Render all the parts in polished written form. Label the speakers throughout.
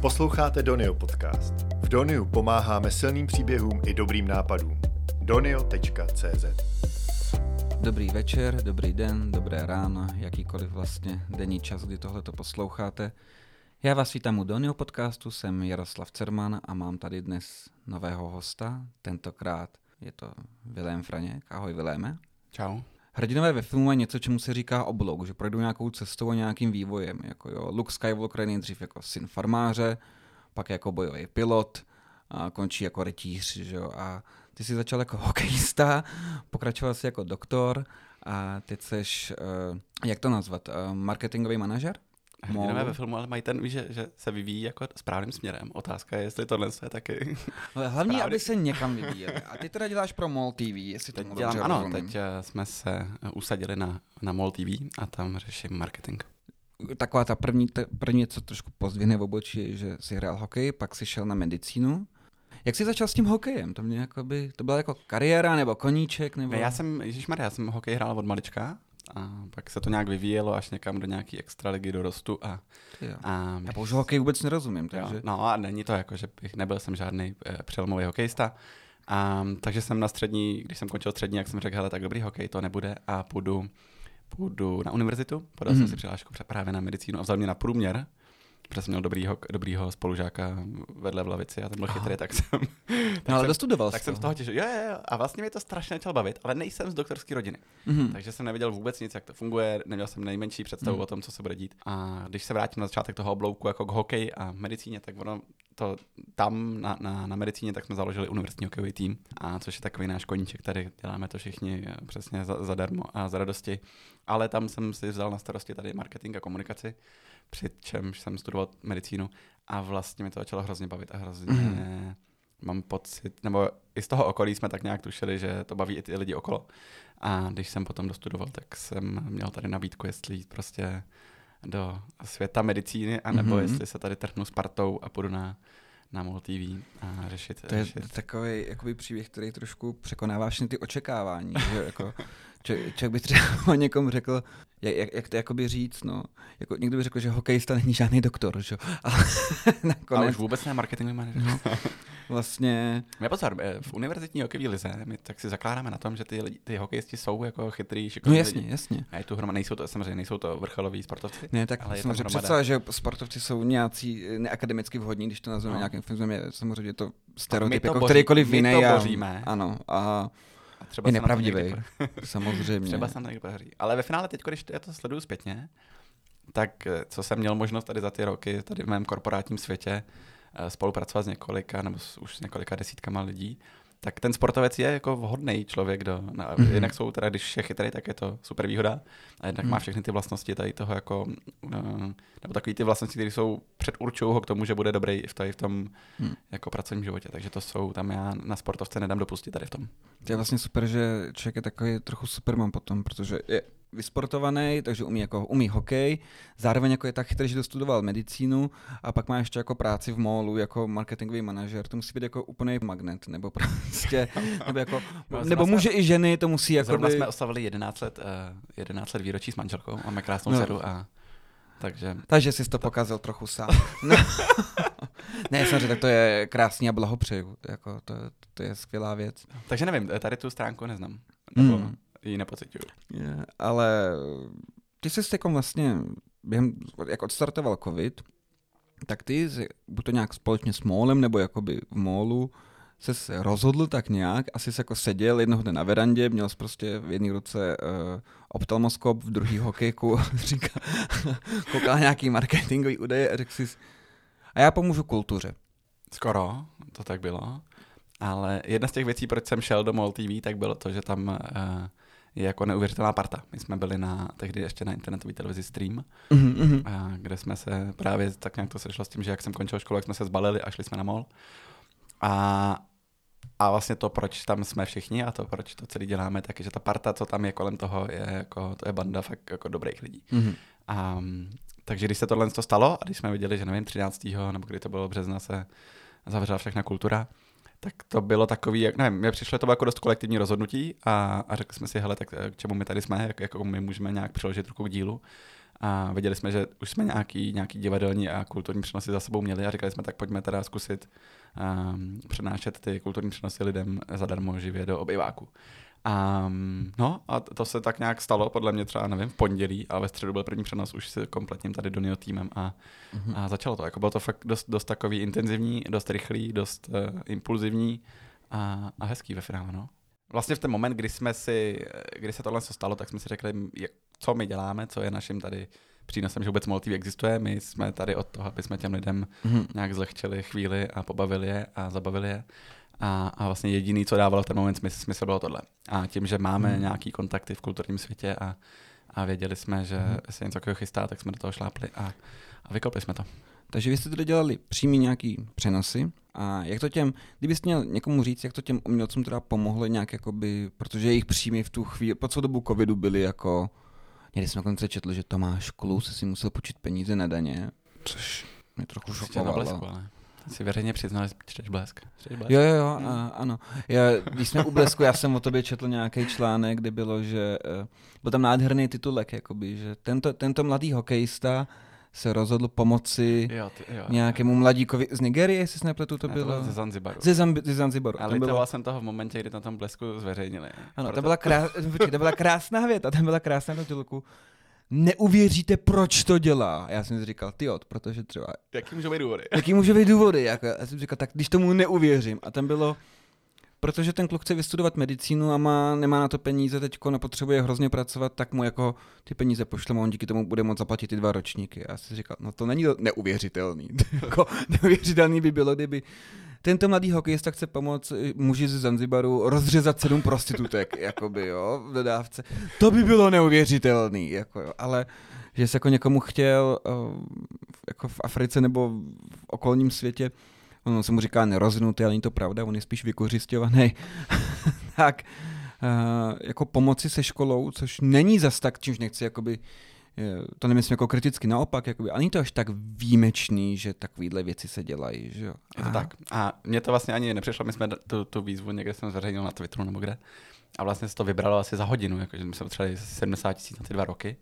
Speaker 1: Posloucháte Donio podcast. V Doniu pomáháme silným příběhům i dobrým nápadům. donio.cz.
Speaker 2: Dobrý večer, dobrý den, dobré ráno, jakýkoliv vlastně denní čas, kdy tohleto posloucháte. Já vás vítám u Donio podcastu, jsem Jaroslav Cerman a mám tady dnes nového hosta. Tentokrát je to Vilém Franěk. Ahoj Viléme.
Speaker 3: Čau.
Speaker 2: Hrdinové ve filmu je něco, čemu se říká oblouk, že projdou nějakou cestou a nějakým vývojem. Jako jo, Luke Skywalker nejdřív jako syn farmáře, pak jako bojový pilot a končí jako rytíř. Že jo? A ty jsi začal jako hokejista, pokračoval jsi jako doktor a teď seš, jak to nazvat, marketingový manažer?
Speaker 3: Hrdinové ve filmu ale mají ten, že se vyvíjí jako správným směrem. Otázka je, jestli tohle je taky
Speaker 2: hlavně, aby se někam vyvíjeli. A ty teda děláš pro MOL TV, jestli tomu dobře rozumím.
Speaker 3: Ano, teď jsme se usadili na MOL TV a tam řeším marketing.
Speaker 2: Taková ta první, co trošku pozdvihne v obočí, že jsi hrál hokej, pak jsi šel na medicínu. Jak jsi začal s tím hokejem? To byla jako kariéra nebo koníček? Nebo...
Speaker 3: Ne, já jsem hokej hrál od malička. A pak se to nějak vyvíjelo až někam do nějaký extraligy dorostu a
Speaker 2: já použil hokej vůbec nerozumím, takže...
Speaker 3: Jo, no a není to jako, že nebyl jsem žádný přelomový hokejista. Takže jsem na střední, když jsem končil střední, jak jsem řekl, hele, tak dobrý hokej to nebude a půjdu na univerzitu. Podal jsem si přihlášku právě na medicínu a vzal mě na průměr, protože jsem měl dobrýho spolužáka vedle v lavici a ten byl chytrý, tak jsem...
Speaker 2: ale dostudoval
Speaker 3: tak jsem z toho těšil. Jo. A vlastně mě to strašně začalo bavit, ale nejsem z doktorské rodiny. Takže jsem nevěděl vůbec nic, jak to funguje, neměl jsem nejmenší představu o tom, co se bude dít. A když se vrátím na začátek toho oblouku jako k hokeji a medicíně, tak ono to tam na medicíně, tak jsme založili univerzitní hokejový tým, a což je takový náš koníček, tady děláme to všichni přesně zadarmo a za radosti. Ale tam jsem si vzal na starosti tady marketing a komunikaci, přičemž jsem studoval medicínu a vlastně mi to začalo hrozně bavit a hrozně mám pocit, nebo i z toho okolí jsme tak nějak tušili, že to baví i ty lidi okolo. A když jsem potom dostudoval, tak jsem měl tady nabídku, jestli jít prostě do světa medicíny, anebo jestli se tady trhnu s partou a půjdu na MOL TV a řešit.
Speaker 2: To je takový jakoby příběh, který trošku překonává všechny ty očekávání. Že jako, člověk by třeba o někom řekl, jak to jakoby říct, no. Jako, někdo by řekl, že hokejista není žádný doktor, že? Ale nakonec...
Speaker 3: Ale už vůbec ne marketingový manažer. No.
Speaker 2: Vlastně...
Speaker 3: Pozor, v univerzitní hokejové lize my tak si zakládáme na tom, že ty hokejisti jsou jako chytrý, šikovní.
Speaker 2: No jasně.
Speaker 3: A je tu hromada, nejsou to vrcholoví sportovci.
Speaker 2: Ne, tak samozřejmě představa, že sportovci jsou nějací neakademicky vhodní, když to nazveme nějakým filmem, samozřejmě je to stereotyp, jako kterýkoliv jiný.
Speaker 3: My to boříme.
Speaker 2: Ano, a třeba je nepravdivý, samozřejmě.
Speaker 3: Třeba se nám někdy podaří. Ale ve finále teď, když já to sleduju zpětně, tak co jsem měl možnost tady za ty roky, tady v mém korporátním světě, spolupracovat s několika desítkama lidí, tak ten sportovec je jako vhodný člověk, jinak jsou teda, když je chytrý, tak je to super výhoda, a jednak má všechny ty vlastnosti tady toho jako, nebo takový ty vlastnosti, které jsou předurčují ho k tomu, že bude dobrý i v tom jako pracovním životě, takže to jsou, tam já na sportovce nedám dopustit tady v tom.
Speaker 2: To je vlastně super, že člověk je takový trochu superman potom, protože je vysportovaný, takže umí hokej, zároveň jako je tak chytrý, že dostudoval medicínu a pak má ještě jako práci v MOLu jako marketingový manažer. To musí být jako úplný magnet, nebo prostě, nebo muže i ženy, to musí jako
Speaker 3: Zrovna jsme oslavili 11 let výročí s manželkou, máme krásnou dceru a
Speaker 2: takže jsi to pokazil trochu sám. No. Ne, samozřejmě, tak to je krásný a blahopřeju, jako to je skvělá věc.
Speaker 3: Takže nevím, tady tu stránku neznám, nebo ji nepociťuju.
Speaker 2: Ale ty jsi teďkom vlastně jak odstartoval covid, tak ty buď to nějak společně s MOLem, nebo jakoby v MOLu se rozhodl tak nějak, asi se jako seděl jednoho dne na verandě, měl jsi prostě v jedné ruce optalmoskop, v druhý hokejku, koukal nějaký marketingový údaje a řekl si, a já pomůžu kultuře.
Speaker 3: Skoro, to tak bylo. Ale jedna z těch věcí, proč jsem šel do MOL TV, tak bylo to, že tam je jako neuvěřitelná parta. My jsme byli tehdy ještě na internetové televizi Stream, kde jsme se právě tak nějak to sešlo s tím, že jak jsem končil školu, jak jsme se zbalili a šli jsme na MOL. A vlastně to, proč tam jsme všichni a to, proč to celý děláme, tak je, že ta parta, co tam je kolem toho, to je banda fakt jako dobrých lidí. Takže když se tohle stalo a když jsme viděli, že nevím, 13. nebo kdy to bylo března, se zavřela všechna kultura, tak to bylo takový, nevím, mně přišlo to jako dost kolektivní rozhodnutí a řekli jsme si, hele, tak k čemu my tady jsme, jak my můžeme nějak přiložit ruku k dílu. A viděli jsme, že už jsme nějaký divadelní a kulturní přenosy za sebou měli a říkali jsme, tak pojďme teda zkusit přenášet ty kulturní přenosy lidem zadarmo živě do obyváku. A to se tak nějak stalo, podle mě třeba, nevím, v pondělí, ale ve středu byl první přenos už s kompletním tady Donio týmem a začalo to. Jako bylo to fakt dost takový intenzivní, dost rychlý, dost impulzivní a hezký ve finále, no. Vlastně v ten moment, kdy se tohle stalo, tak jsme si řekli, co my děláme, co je naším tady přínosem, že vůbec MOL TV existuje. My jsme tady od toho, aby jsme těm lidem nějak zlehčili chvíli a pobavili je a zabavili je. A vlastně jediný, co dávalo v ten moment smysl, bylo tohle. A tím, že máme nějaký kontakty v kulturním světě a věděli jsme, že se něco takového chystá, tak jsme do toho šlápli a vykopli jsme to.
Speaker 2: Takže vy jste tedy dělali přímý nějaký přenosy a jak to kdybyste měl někomu říct, jak to těm umělcům teda pomohlo nějak jakoby, protože jejich příjmy v tu chvíli, po celou dobu covidu byly jako, někdy jsme konce četli, že Tomáš Klus si musel počít peníze na daně, což mě trochu šokovalo.
Speaker 3: Si veřejně přiznal, že čteš Blesk.
Speaker 2: Jo, ano. Když jsme u Blesku, já jsem o tobě četl nějaký článek, kde bylo, že byl tam nádherný titulek, jakoby, že tento mladý hokejista se rozhodl pomoci nějakému mladíkovi z Nigerie, jestli se nepletu, to bylo.
Speaker 3: Ze Zanzibaru.
Speaker 2: Ze Zanzibaru.
Speaker 3: Ale litoval jsem toho v momentě, kdy na tom Blesku zveřejnili.
Speaker 2: Ano, to byla krásná věta, tam byla krásná titulku. Neuvěříte, proč to dělá. Já jsem si říkal, protože třeba...
Speaker 3: Jaký můžou být důvody?
Speaker 2: Jako, já jsem říkal, tak když tomu neuvěřím. A tam bylo, protože ten kluk chce vystudovat medicínu a nemá na to peníze, teďko nepotřebuje hrozně pracovat, tak mu jako ty peníze pošleme a on díky tomu bude moct zaplatit ty 2 ročníky. A já jsem si říkal, no to není neuvěřitelný. Jako, neuvěřitelný by bylo, kdyby tento mladý hokejista chce pomoct muži ze Zanzibaru rozřezat 7 prostitutek, jakoby, jo, v dodávce. To by bylo neuvěřitelný, jako jo, ale že se jako někomu chtěl jako v Africe nebo v okolním světě, ono se mu říká nerozvinutý, ale není to pravda, on je spíš vykořisťovaný, tak jako pomoci se školou, což není zas tak, čímž nechci jakoby to nemyslím jako kriticky, naopak, jakoby, ale není to až tak výjimečný, že takovýhle věci se dělají, že jo.
Speaker 3: Je to tak. A mně to vlastně ani nepřišlo, my jsme tu výzvu někde jsem zveřejnil na Twitteru nebo kde a vlastně se to vybralo asi za hodinu, jakože my jsme potřebovali 70 000 na ty 2 roky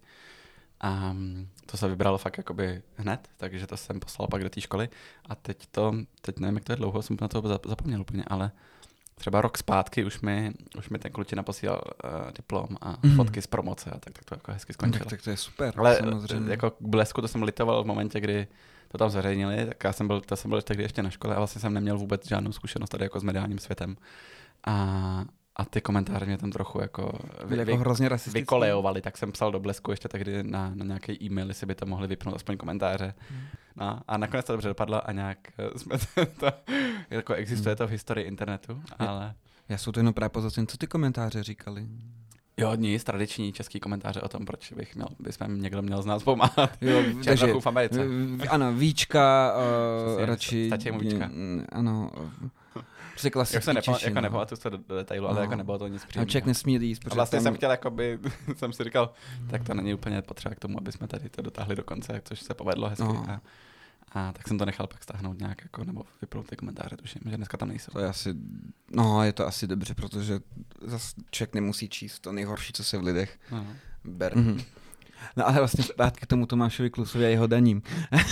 Speaker 3: a to se vybralo fakt jakoby hned, takže to jsem poslal pak do té školy a teď nevím, jak to je dlouho, jsem na to zapomněl úplně, ale třeba rok zpátky už mi ten klučina posílal diplom a fotky z promoce a tak to jako hezky skončilo.
Speaker 2: Tak to je super.
Speaker 3: Ale
Speaker 2: samozřejmě.
Speaker 3: jako k Blesku to jsem litoval v momentě, kdy to tam zveřejnili, tak já jsem byl tehdy ještě na škole a vlastně jsem neměl vůbec žádnou zkušenost tady jako s mediálním světem. A ty komentáře mě tam trochu jako vykolejovali, tak jsem psal do Blesku ještě tehdy na nějaký e-mail, jestli by to mohli vypnout aspoň komentáře. No, a nakonec to dobře dopadlo a nějak jsme to jako existuje to v historii internetu, ale...
Speaker 2: Já jsou to jenom právě pozacím, co ty komentáře říkali?
Speaker 3: Jo, nic, tradiční český komentáře o tom, proč bychom někdo měl z nás pomáhat.
Speaker 2: Jo, takže,
Speaker 3: v Americe.
Speaker 2: Ano, Víčka, radši...
Speaker 3: Stačí mu Víčka.
Speaker 2: Ano, prostě klasický Češi.
Speaker 3: Jako nepamatuju se do detailu, ale jako nebylo to nic příjemného.
Speaker 2: Člověk nesmí líst.
Speaker 3: A vlastně jsem chtěl, jakoby, jsem si říkal, tak to není úplně potřeba k tomu, aby jsme tady to dotáhli do konce, což se povedlo hezky. A tak jsem to nechal pak stáhnout nějak, jako, nebo vypnout ty komentáře, tuším, že dneska tam nejsou.
Speaker 2: Je to asi dobře, protože zase člověk nemusí číst to nejhorší, co se v lidech bere. No ale vlastně zpátky k tomu Tomášovi Klusovi a jeho daním.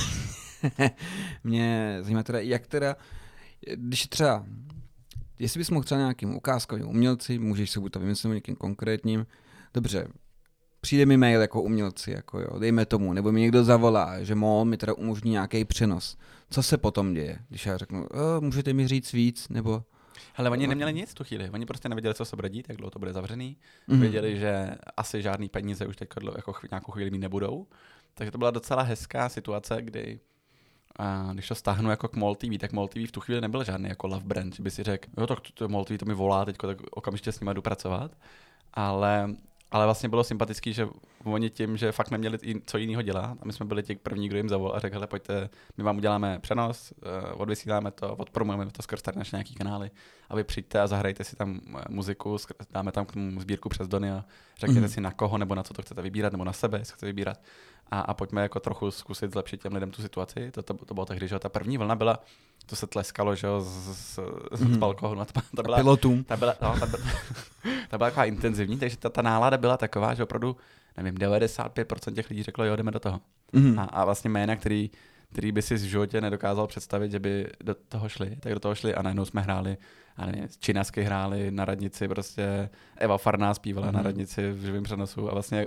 Speaker 2: Mě zajímá teda, když třeba, jestli bys mohl třeba nějakým ukázkovým umělci, můžeš se buď to vymyslet někým konkrétním, dobře, přijde mi mail jako umělci, jako jo, dejme tomu, nebo mi někdo zavolá, že MOL mi teda umožní nějaký přenos. Co se potom děje, když já řeknu, můžete mi říct víc, nebo...
Speaker 3: Ale oni neměli nic v tu chvíli, oni prostě nevěděli, co se bude dít, jak dlouho to bude zavřený, věděli, že asi žádný peníze už teď jako nějakou chvíli mít nebudou, takže to byla docela hezká situace, kdy když to stáhnu jako k MOL TV, tak MOL TV v tu chvíli nebyl žádný jako love brand, že by si řekl, jo, tak to MOL TV to mi volá teďko, tak okamžitě s nimi jdu pracovat, ale vlastně bylo sympatický, že oni tím, že fakt neměli co jiného dělat a my jsme byli ti první, kdo jim zavolal a řekl, hele, pojďte, my vám uděláme přenos, odvysíláme to, odpromujeme to skrz tady naše nějaký kanály a vy přijďte a zahrajte si tam muziku, dáme tam k tomu sbírku přes Dony a řekněte si na koho nebo na co to chcete vybírat nebo na sebe, jestli chcete vybírat a pojďme jako trochu zkusit zlepšit těm lidem tu situaci. To bylo tehdy, že ta první vlna byla, to se tleskalo, že jo, z balkónu. Ta byla,
Speaker 2: pilotům.
Speaker 3: Ta byla taková intenzivní, takže ta nálada byla taková, že opravdu nevím, 95% těch lidí řeklo, jo, jdeme do toho. A vlastně jména, který by si v životě nedokázal představit, že by do toho šli, tak do toho šli a najednou jsme hráli, a nevím, Činasky hráli na radnici, prostě Eva Farná zpívala na radnici v živém přenosu a vlastně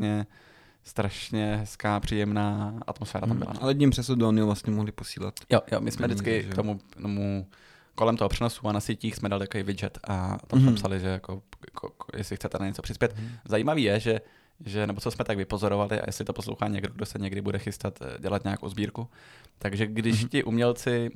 Speaker 3: strašně hezká, příjemná atmosféra tam byla.
Speaker 2: Ale tím přes Donio vlastně mohli posílat.
Speaker 3: Jo, my jsme vždycky k tomu kolem toho přenosu a na sítích jsme dali takový widget a tam jsme psali, že jako jestli chcete na něco přispět. Zajímavý je, že nebo co jsme tak vypozorovali a jestli to poslouchá někdo, kdo se někdy bude chystat dělat nějakou sbírku, takže když ti umělci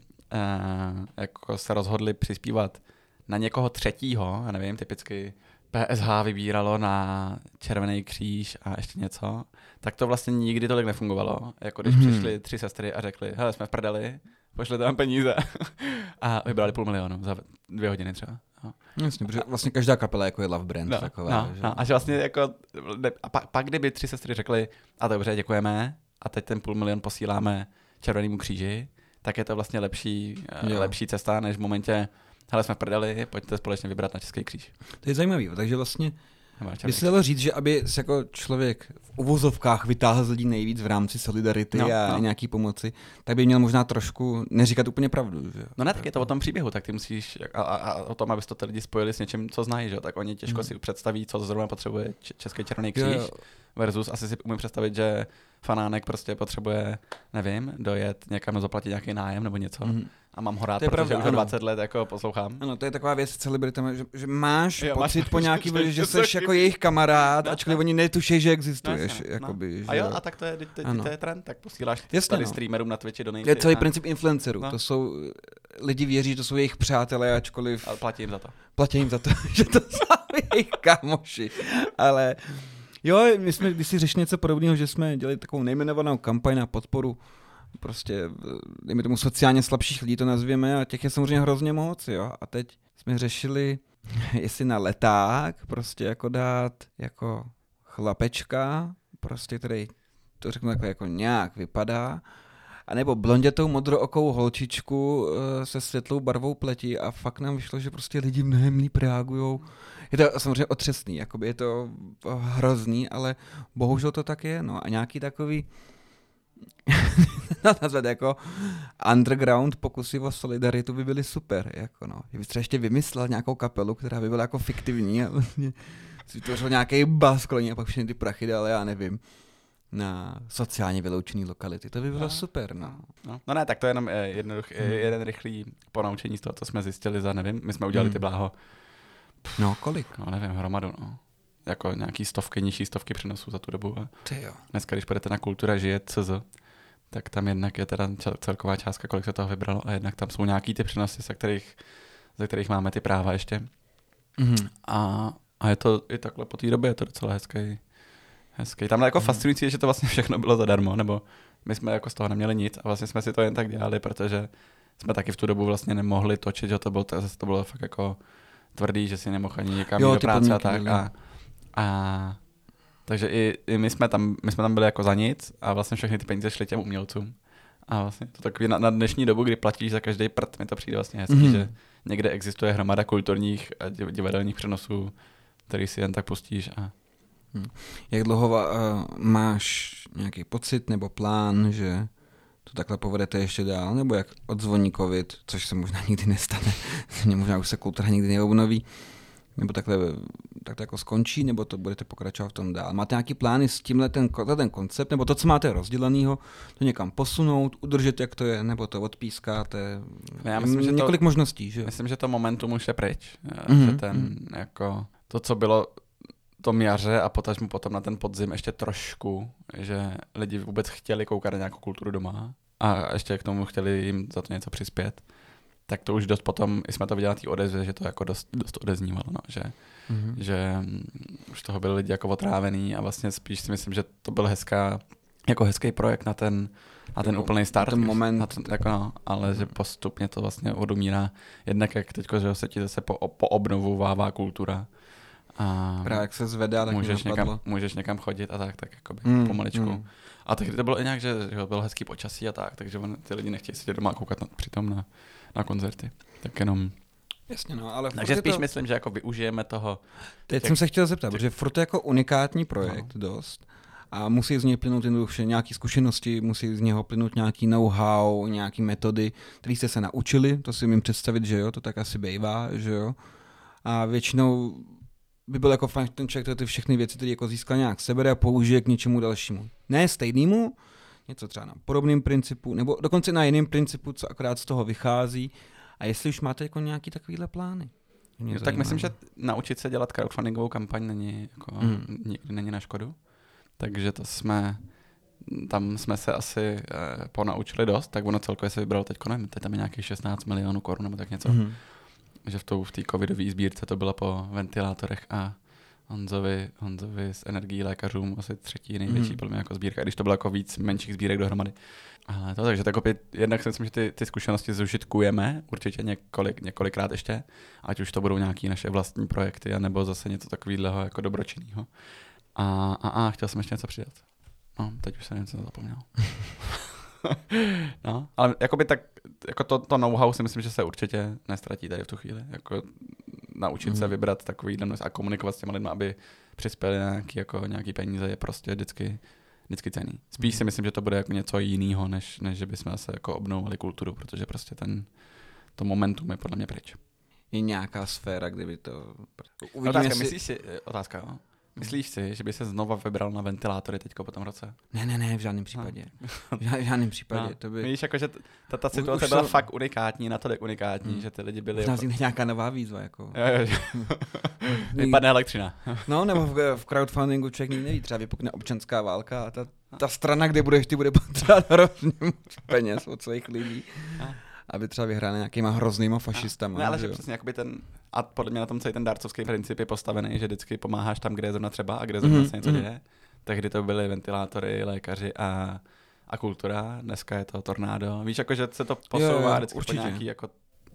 Speaker 3: jako se rozhodli přispívat na někoho třetího, já nevím, typicky PSH vybíralo na Červený kříž a ještě něco, tak to vlastně nikdy tolik nefungovalo. Jako když přišly 3 sestry a řekly, hele, jsme v prdeli, pošlete nám peníze. A vybrali 500 000 za 2 hodiny třeba. No.
Speaker 2: Jasně, protože vlastně každá kapela jako je love brand.
Speaker 3: No,
Speaker 2: taková,
Speaker 3: že? No, a že vlastně jako, a pak kdyby 3 sestry řekly, a dobře, děkujeme, a teď ten 500 000 posíláme Červenému kříži, tak je to vlastně lepší cesta, než v momentě, hele, jsme v prdeli, pojďte společně vybrat na Český kříž.
Speaker 2: To je zajímavý, takže vlastně by se dalo říct, že aby se jako člověk v uvozovkách vytáhl z lidí nejvíc v rámci solidarity a nějaký pomoci, tak by měl možná trošku neříkat úplně pravdu. Že?
Speaker 3: No ne, tak je to o tom příběhu, tak ty musíš, a o tom, abys to ty lidi spojili s něčím, co znají, že? Tak oni těžko si představí, co zrovna potřebuje Český Červený kříž, versus asi si umím představit, že fanánek prostě potřebuje, nevím, dojet někam, zaplatit nějaký nájem nebo něco. A mám ho rád, protože pravda, už 20 let jako poslouchám.
Speaker 2: Ano, to je taková věc s celebritami, že máš pocit po nějaký vlně, že jsi jako jejich kamarád, ačkoliv oni netuší, že existuješ. Jakoby,
Speaker 3: a jo, a tak to je trend, tak posíláš tady streamerům na Twitchi donaty.
Speaker 2: To je celý princip influencerů, to jsou, lidi věří, to jsou jejich přátelé, ačkoliv...
Speaker 3: Ale platí jim za to.
Speaker 2: Platí jim za to, že to jsou jejich kámoši, ale... Jo, my jsme když si řešili něco podobného, že jsme dělali takovou nejmenovanou kampaň na podporu prostě, dejme tomu sociálně slabších lidí to nazvěme a těch je samozřejmě hrozně moc, jo. A teď jsme řešili, jestli na leták prostě jako dát jako chlapečka, prostě, který to řeknu takhle jako nějak vypadá, anebo blondětou modrookou holčičku se světlou barvou pleti a fakt nám vyšlo, že prostě lidi mnohem líp reagujou. Je to samozřejmě otřesný, jakoby je to hrozný, ale bohužel to tak je, no a nějaký takový nazvat jako underground pokusy o solidaritu by byly super, jako no. Kdyby třeba ještě vymyslel nějakou kapelu, která by byla jako fiktivní a vlastně si vytvořil nějaký bas kolem a pak všechny ty prachy dali, já nevím, na sociálně vyloučený lokality. To by bylo super, no.
Speaker 3: No ne, tak to je jenom jeden rychlý ponaučení z toho, co jsme zjistili za, nevím, my jsme udělali ty bláho.
Speaker 2: No, kolik?
Speaker 3: No nevím, hromadu, no. Jako nějaký nižší stovky přenosů za tu dobu. A dneska, když půjdete na Kultura žije CZ, tak tam jednak je teda celková částka, kolik se toho vybralo, a jednak tam jsou nějaký ty přenosy, ze kterých máme ty práva ještě. A je to i takhle po té době, je to docela hezký. Tam jako fascinující je, že to vlastně všechno bylo zadarmo, nebo my jsme jako z toho neměli nic a vlastně jsme si to jen tak dělali, protože jsme taky v tu dobu vlastně nemohli točit, že to bylo fakt jako tvrdý, že si nemohl ani někam do práce a tak. Takže i my jsme tam byli jako za nic a vlastně všechny ty peníze šly těm umělcům. A vlastně to takový na dnešní dobu, kdy platíš za každý prd, mi to přijde vlastně hezký, že někde existuje hromada kulturních a divadelních přenosů, který si jen tak pustíš.
Speaker 2: Jak dlouho máš nějaký pocit nebo plán, že to takhle povedete ještě dál, nebo jak odzvoní covid, což se možná nikdy nestane, možná už se kultura nikdy neobnoví, nebo takhle jako skončí, nebo to budete pokračovat v tom dál. Máte nějaký plány s tímhle ten koncept, nebo to, co máte rozdělanýho, to někam posunout, udržet, jak to je, nebo to odpískáte?
Speaker 3: Já myslím, že
Speaker 2: několik možností, že?
Speaker 3: Myslím, že to momentum už je pryč. Že jako to, co bylo tom jaře a potažmu potom na ten podzim ještě trošku, že lidi vůbec chtěli koukat na nějakou kulturu doma a ještě k tomu chtěli jim za to něco přispět, tak to už dost potom, jsme to viděli na té odezvě, že to jako dost odeznívalo, no, že už toho byli lidi jako otrávený a vlastně spíš si myslím, že to byl hezký projekt na ten úplný start.
Speaker 2: Ten moment.
Speaker 3: Ale že postupně to vlastně odumírá. Jednak jak teďko, že se ti zase poobnovovává kultura. A
Speaker 2: právě jak se zvedá, tak
Speaker 3: můžeš někam chodit a tak jakoby pomaličku. A tehdy to bylo i nějak, že bylo hezký počasí a tak, takže ty lidi nechtějí sedět doma a koukat přitom na koncerty. Tak jenom
Speaker 2: Jasně, no, ale
Speaker 3: takže spíš myslím, že jako využijeme toho.
Speaker 2: Teď jsem se chtěl zeptat, protože furt je jako unikátní projekt dost a musí z něj plynout jednoduše nějaké zkušenosti, musí z něho plynout nějaký know-how, nějaký metody, které jste se naučili, to si umím představit, že jo, to tak asi bývá, že jo. A většinou by byl jako fajn ten člověk, který ty všechny věci, které jako získal nějak sebere a použije k něčemu dalšímu. Ne stejnému, něco třeba na podobném principu, nebo dokonce na jiném principu, co akorát z toho vychází. A jestli už máte jako nějaký takovýhle plány?
Speaker 3: No, tak myslím, že naučit se dělat crowdfundingovou kampaň není, jako, nikdy není na škodu. Takže tam jsme se asi ponaučili dost, tak ono celkově se vybralo teď, nevím, teď tam je nějakých 16 milionů korun nebo tak něco. Že v té covidové sbírce to bylo po ventilátorech a Honzovi z energií lékařům asi třetí největší podle mě jako sbírka, když to bylo jako víc menších sbírek dohromady. Ale takže tak opět, jednak si myslím, že ty zkušenosti zužitkujeme určitě několikrát ještě, ať už to budou nějaký naše vlastní projekty, anebo zase něco takového jako dobročinného. A chtěl jsem ještě něco přidat. No, teď už jsem něco zapomněl. No, ale jakoby tak, jako to know-how si myslím, že se určitě nestratí tady v tu chvíli. Jako naučit se vybrat takový a komunikovat s těma lidmi, aby přispěli nějaký peníze, je prostě vždycky cenný. Spíš si myslím, že to bude jako něco jiného, než že bychom se jako obnovili kulturu, protože prostě to momentum je podle mě pryč.
Speaker 2: Je nějaká sféra, kdyby to...
Speaker 3: Otázka, jo? Myslíš si, že by se znova vybral na ventilátory teďko po tom roce?
Speaker 2: Ne, v žádném případě. V žádném případě.
Speaker 3: No.
Speaker 2: To by...
Speaker 3: Víš, jakože ta situace byla fakt unikátní, natolik unikátní, že ty lidi byli...
Speaker 2: Možná vznikne nějaká nová výzva, jako...
Speaker 3: Vypadne elektřina.
Speaker 2: No, nebo v crowdfundingu člověk nikdy neví, třeba vypukne občanská válka a ta strana, kde budeš, ty bude potřebovat hrozně moc peněz od svých lidí. Aby třeba vyhráli nějakýma hroznýma fašistama.
Speaker 3: No, ale že přesně jakoby a podle mě na tom celý ten dárcovský princip je postavený, že vždycky pomáháš tam, kde je zrovna třeba a kde zrovna se něco děje. Tehdy to byly ventilátory, lékaři a kultura, dneska je to tornádo. Víš, jako, že se to posouvá vždycky po nějaký jako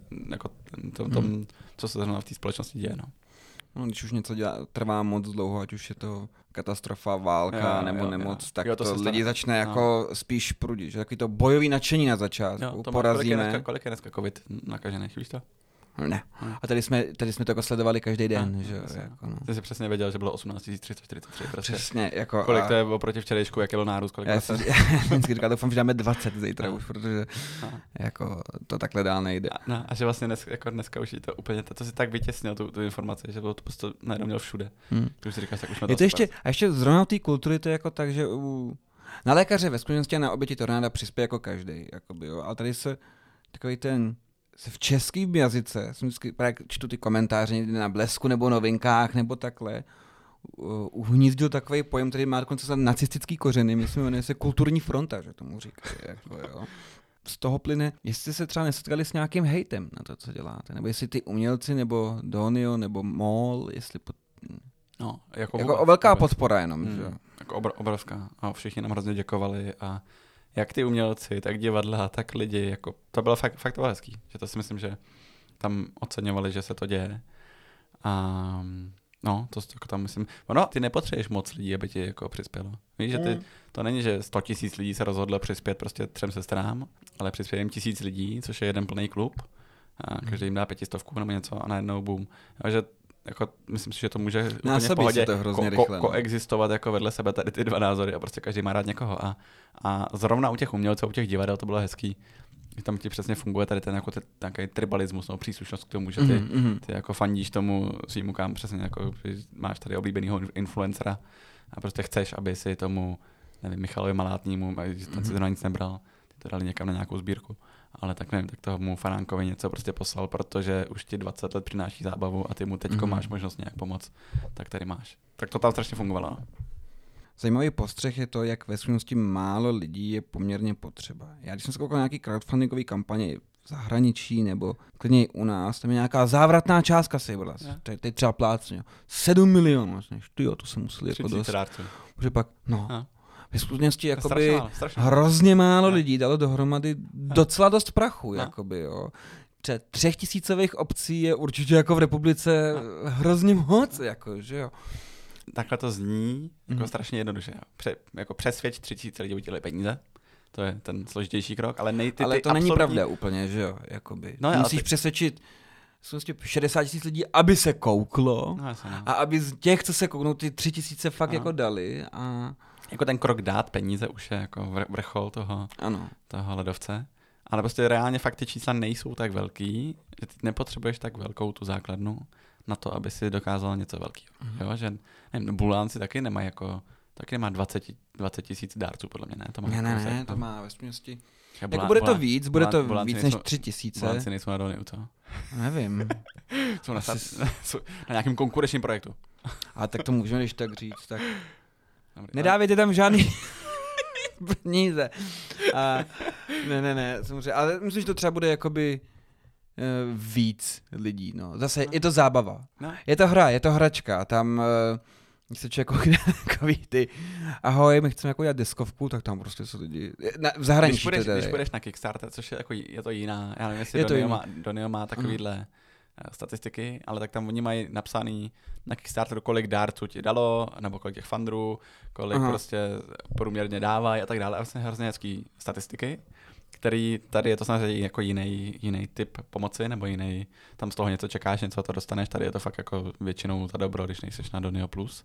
Speaker 3: tom, co se zrovna v té společnosti děje.
Speaker 2: No, když už něco trvá moc dlouho, ať už je to katastrofa, válka nebo nemoc, tak to lidi začne jako spíš prudit. Že takový to bojový nadšení na začátku, porazíme.
Speaker 3: Kolik je dneska covid nakažených, víš to?
Speaker 2: Ne. A tady jsme to jako sledovali každý den. Že,
Speaker 3: jako, no. Ty jsi přesně věděl, že bylo 18 343. Prostě.
Speaker 2: Přesně. Jako,
Speaker 3: kolik to je oproti včerejšku, jak je nárůst?
Speaker 2: Já vždycky říkám, doufám, že dáme 20 zítra už, protože jako, to takhle dál nejde.
Speaker 3: A že vlastně dneska už je to úplně, to si tak vytěsnil tu informaci, že bylo to prostě najednou měl všude. Když si říkáš, tak už jsme to
Speaker 2: ještě zrovna té kultury to je jako tak, že na lékaře ve skutečnosti a na oběti tornáda přispěje jako každý, ale tady se takový ten v českém jazyce, jsem vždycky právě čtu ty komentáře někdy na Blesku nebo Novinkách nebo takhle, uhnízdil takový pojem, který má dokonce nacistický kořeny, myslím, jmenuje se kulturní fronta, že tomu říkají. Jako, jo. Z toho plyne, jestli se třeba nesetkali s nějakým hejtem na to, co děláte, nebo jestli ty umělci, nebo Donio, nebo MOL, jestli...
Speaker 3: No,
Speaker 2: jako velká podpora jenom, že?
Speaker 3: Jako obrovská. A všichni nám hrozně děkovali a jak ty umělci, tak divadla, tak lidi, jako to bylo fakt to bylo hezký, že to si myslím, že tam oceňovali, že se to děje. A no, to jako tam myslím, ty nepotřebuješ moc lidí, aby ti jako přispělo. Víš, že to není, že 100 000 lidí se rozhodlo přispět prostě 3 sestrám, ale přispěje jim 1000 lidí, což je jeden plný klub. A každý jim dá 500 nebo něco a najednou boom. Takže jako, myslím si, že to může úplně v pohodě koexistovat jako vedle sebe tady ty dva názory a prostě každý má rád někoho. A zrovna u těch umělců, u těch divadel to bylo hezký. Tam ti přesně funguje tady ten jako takový tribalismus, no, příslušnost k tomu, že ty jako fandíš tomu svýmu kam, přesně jako máš tady oblíbenýho influencera a prostě chceš, aby si tomu, nevím, Michalovi Malátnímu, ten si to na nic nebral, ty to dali někam na nějakou sbírku. Ale tak nevím, tak tomu Faránkovi něco prostě poslal, protože už ti 20 let přináší zábavu a ty mu teďko máš možnost nějak pomoct, tak tady máš. Tak to tam strašně fungovalo.
Speaker 2: Zajímavý postřeh je to, jak ve skutečnosti málo lidí je poměrně potřeba. Já když jsem se koukal na nějaký crowdfundingový kampaně v zahraničí nebo klidně i u nás, tam je nějaká závratná částka Saberla. Teď třeba plácně. 7 milionů. Vlastně. To se museli jako dost. Protože pak, ve skutečnosti jakoby hrozně málo lidí dalo dohromady docela dost prachu. Jakoby, jo. 3000 obcí je určitě jako v republice hrozně moc. Jako, že jo.
Speaker 3: Takhle to zní jako strašně jednoduše. Jako přesvědč 3000 lidí udělali peníze. To je ten složitější krok, ale
Speaker 2: ale to není pravda úplně, že jo? Jakoby. Musíš přesvědčit jsou vlastně 60 000 lidí, aby se kouklo
Speaker 3: No, jasně, no.
Speaker 2: a aby z těch, co se kouknou, ty 3 000 fakt jako dali a...
Speaker 3: Jako ten krok dát peníze už je jako vrchol toho ledovce. Ale prostě reálně fakt ty čísla nejsou tak velký, že ty nepotřebuješ tak velkou tu základnu na to, aby si dokázal něco velkého. Jo, že nevím, Bulánci taky nemají jako, taky nemá 20 000 dárců, podle mě, ne? To má
Speaker 2: ne, to má ve směsti. Jako bude to víc než 3 000.
Speaker 3: Bulánci nejsou na Doniu, co?
Speaker 2: Nevím.
Speaker 3: Jsou na nějakém konkurenčním projektu.
Speaker 2: A tak to můžeme když tak říct, tak nedávejte tam žádný peníze. Ne, samozřejmě. Ale myslím, že to třeba bude jakoby víc lidí. No. Zase je to zábava. No. Je to hra, je to hračka. Tam, když se člověk koukne takový ty ahoj, my chceme jako dělat deskovku, tak tam prostě jsou lidi. V zahraničí
Speaker 3: když půjdeš na Kickstarter, což je, jako, je to jiná. Já nevím, jestli Donio má takovýhle statistiky, ale tak tam oni mají napsaný na Kickstarteru, kolik dárců ti dalo, nebo kolik těch fundrů, kolik prostě průměrně dávají a tak dále. A vlastně hrozně hezký statistiky, který tady je to samozřejmě jako jiný typ pomoci, nebo jiný, tam z toho něco čekáš, něco to dostaneš, tady je to fakt jako většinou ta dobro, když nejseš na Donio Plus.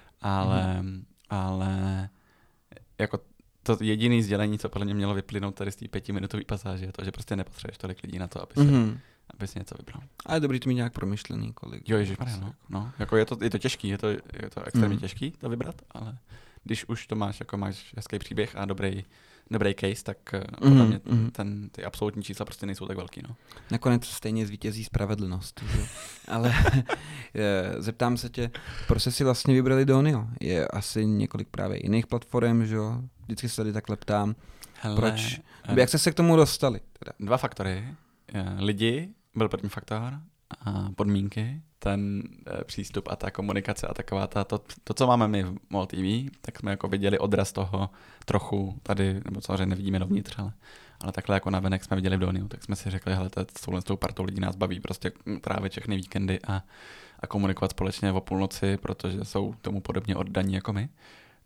Speaker 3: Ale jako to jediné sdělení, co podle mě mělo vyplynout tady z té 5minutové pasáže, je to, že prostě nepotřebuješ tolik lidí na to, aby si něco vybral.
Speaker 2: A je dobrý to mít nějak promyšlený, kolik.
Speaker 3: Jo, no. Jako je to těžký, je to extrémně těžký to vybrat, ale když už to máš hezký příběh a dobrý case, tak podle mě ty absolutní čísla prostě nejsou tak velký, no.
Speaker 2: Nakonec stejně zvítězí spravedlnost. Že? Ale zeptám se tě, proč jsi si vlastně vybrali Donio? Je asi několik právě jiných platform, že jo? Vždycky se tady takhle ptám. Proč? Jak jste se k tomu dostali? Teda?
Speaker 3: 2 faktory. Lidi byl první faktor a podmínky, ten přístup a ta komunikace a taková to, co máme my v MOL TV, tak jsme jako viděli odraz toho trochu tady, nebo samozřejmě nevidíme dovnitř, ale takhle jako navenek jsme viděli v Doniu, tak jsme si řekli, hele, s tou partou lidí nás baví prostě trávit všechny víkendy a komunikovat společně o půlnoci, protože jsou tomu podobně oddaní jako my.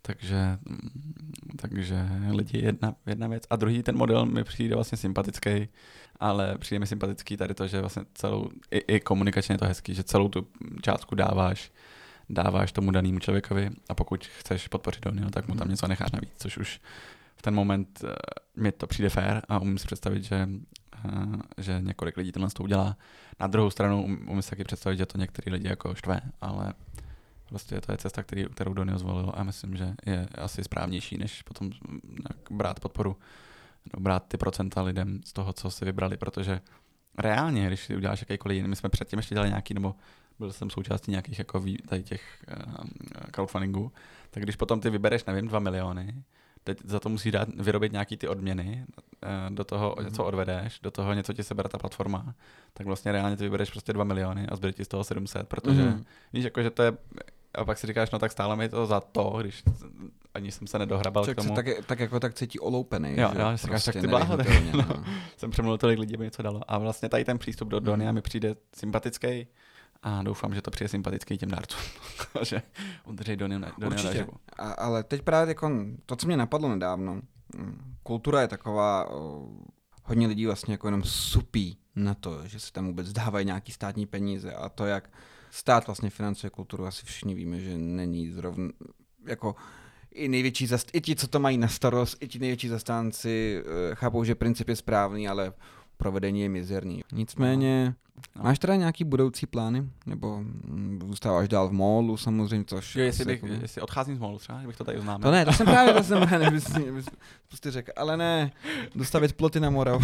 Speaker 3: Takže lidi jedna věc. A druhý, ten model mi přijde vlastně sympatický, ale přijde mi sympatický tady to, že vlastně celou, i komunikačně je to hezký, že celou tu částku dáváš tomu danému člověkovi a pokud chceš podpořit Donio, tak mu tam něco necháš navíc, což už v ten moment mi to přijde fair a umím si představit, že několik lidí tohle to udělá. Na druhou stranu umím si taky představit, že to některý lidi jako štve, ale prostě to je cesta, kterou Donio zvolil a myslím, že je asi správnější, než potom brát podporu, no, brát ty procenta lidem z toho, co si vybrali, protože reálně, když si uděláš jakýkoliv jiný, my jsme předtím ještě dělali nějaký, nebo byl jsem součástí nějakých jako tady těch crowdfundingů, tak když potom ty vybereš, nevím, 2 miliony, teď za to musíš vyrobit nějaký ty odměny, do toho něco odvedeš, do toho něco ti sebere ta platforma, tak vlastně reálně ty vybereš prostě 2 miliony a zbyde ti z toho 700, protože víš, jako, že to je, a pak si říkáš, no tak stále mi to za to, když ani jsem se nedohrabal k tomu.
Speaker 2: Tak cítí oloupený.
Speaker 3: Jo, že si říkáš, tak ty bláho, jsem přemluvil tolik lidí, by něco dalo. A vlastně tady ten přístup do Donia mi přijde sympatický a doufám, že to přijde sympatický těm dárcům, že udržej Donia naživu.
Speaker 2: Ale teď právě jako to, co mě napadlo nedávno, kultura je taková, hodně lidí vlastně jako jenom supí na to, že se tam vůbec dávají nějaký státní peníze a to, jak stát vlastně financuje kulturu, asi všichni víme, že není zrovna jako i největší, i ti, co to mají na starost, i ti největší zastánci chápou, že princip je správný, ale provedení je mizerný. Nicméně, máš teda nějaký budoucí plány? Nebo zůstáváš dál v MOLu samozřejmě, což...
Speaker 3: Jo, jestli odcházím z MOLu třeba, bych to tady oznámil.
Speaker 2: To ne, to jsem právě prostě řekl, ale ne, dostavit ploty na Moravu.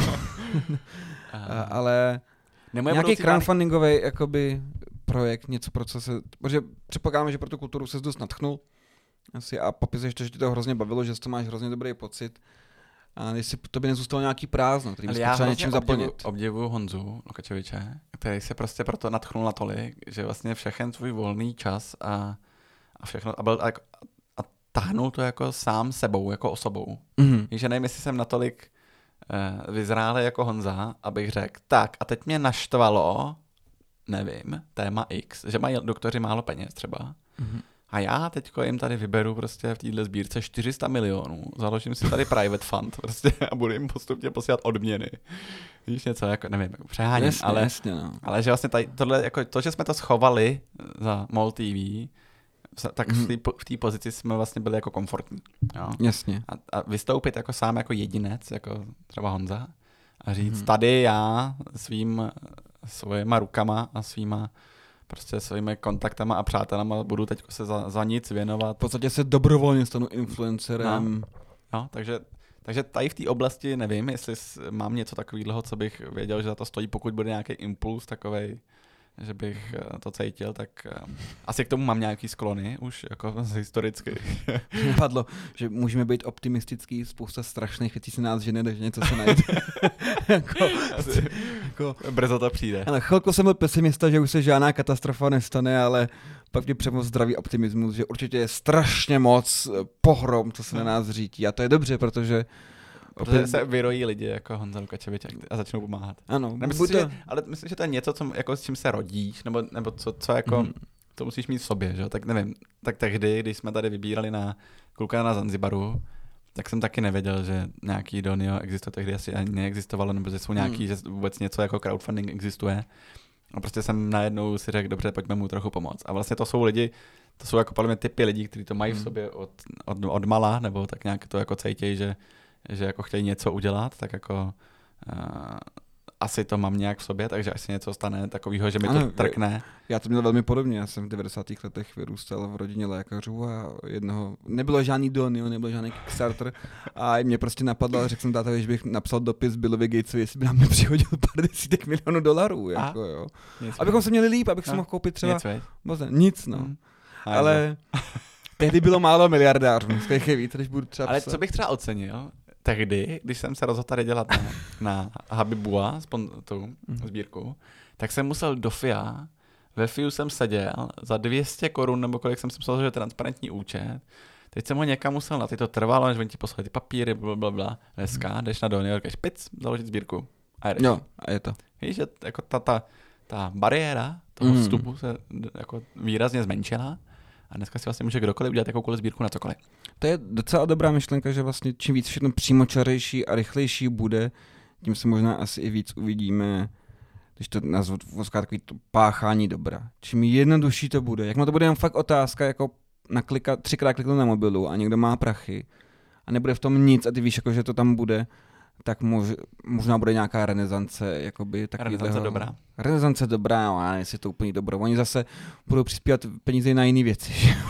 Speaker 2: Ale nějaký crowdfundingový jakoby projekt, něco pro co se... Protože předpokládám, že pro tu kulturu se dost nadchnul asi a popisuješ to, že ti to hrozně bavilo, že to máš hrozně dobrý pocit. A jestli to by nezůstalo nějaký prázdno, který bys potřeba něčím zaplnit.
Speaker 3: Obdivuju Honzu Lukačeviče, který se prostě proto nadchnul natolik, že vlastně všechen svůj volný čas a všechno a táhnul to jako sám sebou, jako osobou. Takže nevím, jestli jsem natolik vyzrálej jako Honza, abych řekl, tak a teď mě naštvalo, nevím, téma X, že mají doktoři málo peněz třeba. A já teďko jim tady vyberu prostě v téhle sbírce 400 milionů, založím si tady private fund prostě a budu jim postupně posílat odměny. Víš něco, jako, nevím, přeháním,
Speaker 2: jasně, no.
Speaker 3: Ale že vlastně tady, tohle, jako to, že jsme to schovali za MOL TV, tak v té pozici jsme vlastně byli jako komfortní. Jo?
Speaker 2: Jasně.
Speaker 3: A vystoupit jako sám jako jedinec, jako třeba Honza, a říct, tady já svýma rukama a svými kontaktama a přátelama budu teď se za nic věnovat.
Speaker 2: V podstatě se dobrovolně stanu influencerem.
Speaker 3: No, takže tady v té oblasti nevím, jestli mám něco takového, co bych věděl, že za to stojí, pokud bude nějaký impuls takovej, že bych to cítil, tak asi k tomu mám nějaký sklony už jako historicky.
Speaker 2: Napadlo, že můžeme být optimistický, spousta strašných věcí se nás žene, takže něco se najde.
Speaker 3: Brzo to přijde.
Speaker 2: Ale chvilku jsem byl pesimista, že už se žádná katastrofa nestane, ale pak mě přemoc zdravý optimismus, že určitě je strašně moc pohrom, co se na nás řítí. A to je dobře, protože
Speaker 3: se vyrojí lidi jako Honza Lukačevič a začnou pomáhat.
Speaker 2: Ano,
Speaker 3: ale myslím, že to je něco, co, jako, s čím se rodíš, nebo co jako, to musíš mít v sobě, že? Tak nevím, tak tehdy, když jsme tady vybírali na kluka na Zanzibaru, tak jsem taky nevěděl, že nějaký Donio existuje, tehdy asi ani neexistovalo, nebo že jsou nějaký, že vůbec něco jako crowdfunding existuje. A prostě jsem najednou si řekl, dobře, pojďme mu trochu pomoct. A vlastně to jsou lidi, to jsou jako podle mě typy lidí, kteří to mají v sobě od mala, nebo tak nějak to jako cítějí, že jako chtějí něco udělat, tak jako asi to mám nějak v sobě, takže až se něco stane takového, že mi to trkne.
Speaker 2: Já to měl velmi podobně, já jsem v 90. letech vyrůstal v rodině lékařů a nebylo žádný Donio, nebylo žádný Kickstarter a mě prostě napadlo, řekl jsem tátovi, že bych napsal dopis Billovi Gatesovi, jestli by nám nepřihodil pár desítek milionů dolarů, jako jo. Abychom se měli líp, abych si mohl koupit třeba nic, no. Ale tehdy bylo málo miliardářů, dneska je víc, když budu třeba
Speaker 3: ale co bych třeba ocenil, tehdy, když jsem se rozhodl tady dělat na Habibua, tu sbírku, tak jsem musel do FIA, ve FIU jsem seděl za 200 korun, nebo kolik jsem si myslel, že je transparentní účet. Teď jsem ho někam musel na ty, to trvalo, než oni ti poslali ty papíry, blablabla. Dneska jdeš na Donio, říkáš, pic, založit sbírku. A jdeš.
Speaker 2: Jo, a je to.
Speaker 3: Víš, že jako ta bariéra toho vstupu se jako výrazně zmenšila. A dneska si vlastně může kdokoliv udělat jakoukoliv sbírku na cokoliv.
Speaker 2: To je docela dobrá myšlenka, že vlastně čím víc všechno přímočarejší a rychlejší bude, tím se možná asi i víc uvidíme, když to nazvu takový to páchání dobra. Čím jednodušší to bude. Jak to bude jen fakt otázka, jako třikrát kliknout na mobilu a někdo má prachy a nebude v tom nic a ty víš, jako, že to tam bude, tak možná bude nějaká renesance.
Speaker 3: Renesance dobrá.
Speaker 2: Renesance dobrá, no, ale jestli je to úplně dobro. Oni zase budou přispívat peníze na jiné věci.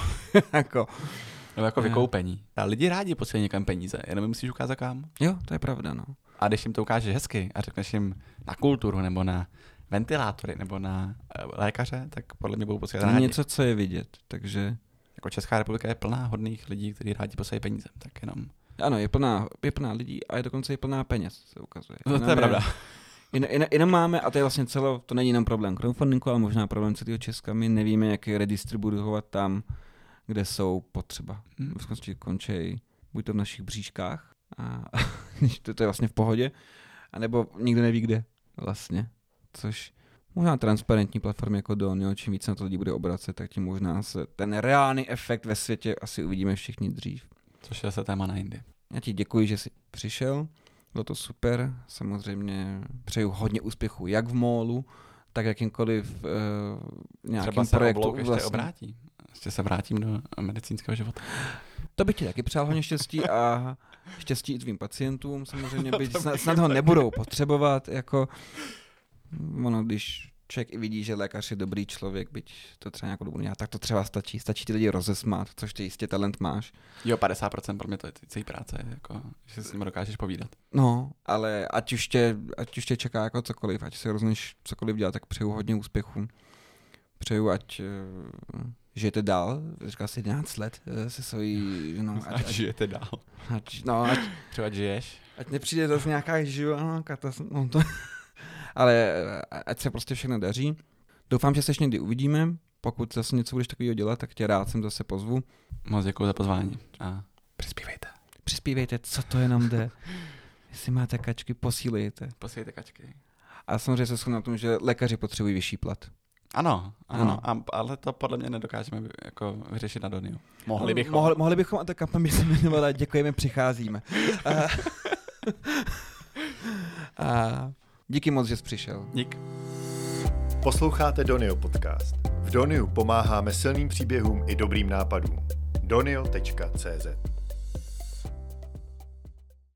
Speaker 3: Nebo jako vykoupení. A lidi rádi posílají někam peníze, jenom musíš ukázat kam.
Speaker 2: Jo, to je pravda, no.
Speaker 3: A když jim to ukážeš hezky a řekneš jim na kulturu, nebo na ventilátory, nebo na lékaře, tak podle mě budou posílat rádi.
Speaker 2: Něco, co je vidět, takže...
Speaker 3: Jako Česká republika je plná hodných lidí, kteří rádi posílají peníze, tak jenom...
Speaker 2: Ano, je plná lidí a je dokonce i plná peněz, se ukazuje.
Speaker 3: No, to je pravda.
Speaker 2: Jenom máme, a to je vlastně to není jenom problém crowdfundingu, ale možná problém celého Česka, my nevíme, jak je redistribuovat tam, kde jsou potřeba. V skutečnosti končí buď to v našich bříškách, a to je vlastně v pohodě, anebo nikdo neví kde vlastně, což možná transparentní platformy jako Donio, čím víc na to lidi bude obracet, tak tím možná se ten reálný efekt ve světě asi uvidíme všichni dřív.
Speaker 3: Což je se téma na jindy.
Speaker 2: Já ti děkuji, že jsi přišel, bylo to super, samozřejmě přeju hodně úspěchů jak v MOLu, tak jakýmkoliv nějakým projektu.
Speaker 3: Třeba se ještě obrátí. Ještě se vrátím do medicínského života.
Speaker 2: To bych ti taky přál hodně štěstí a štěstí i tvým pacientům, samozřejmě, byť snad ho nebudou potřebovat, jako ono, když člověk i vidí, že lékař je dobrý člověk, byť to třeba nějakou dobu nedělá, tak to třeba stačí ty lidi rozesmát, což ty jistě talent máš.
Speaker 3: Jo, 50% pro mě to je celý práce, jako, že s nimi dokážeš povídat.
Speaker 2: No, ale ať už tě čeká jako cokoliv, ať se rozhodneš cokoliv dělat, tak přeju hodně úspěchů. Přeju, ať žijete dál, říkal jsi 11 let se svojí ženou.
Speaker 3: Ať žijete dál. Třeba žiješ.
Speaker 2: Ať nepřijde zase nějaká ale ať se prostě všechno daří. Doufám, že se někdy uvidíme. Pokud zase něco budeš takového dělat, tak tě rád sem zase pozvu.
Speaker 3: Moc děkuji za pozvání a přispívejte.
Speaker 2: Přispívejte, co to jenom jde. Jestli máte kačky, posílejte.
Speaker 3: Posílejte kačky.
Speaker 2: A samozřejmě se shodnu na tom, že lékaři potřebují vyšší plat.
Speaker 3: Ano. Ale to podle mě nedokážeme jako vyřešit na Doniu.
Speaker 2: Mohli bychom, a ta kampaň by se jmenovala Děkujeme, přicházíme. Díky moc, že jsi přišel.
Speaker 3: Dík.
Speaker 1: Posloucháte Donio podcast. V Doniu pomáháme silným příběhům i dobrým nápadům. donio.cz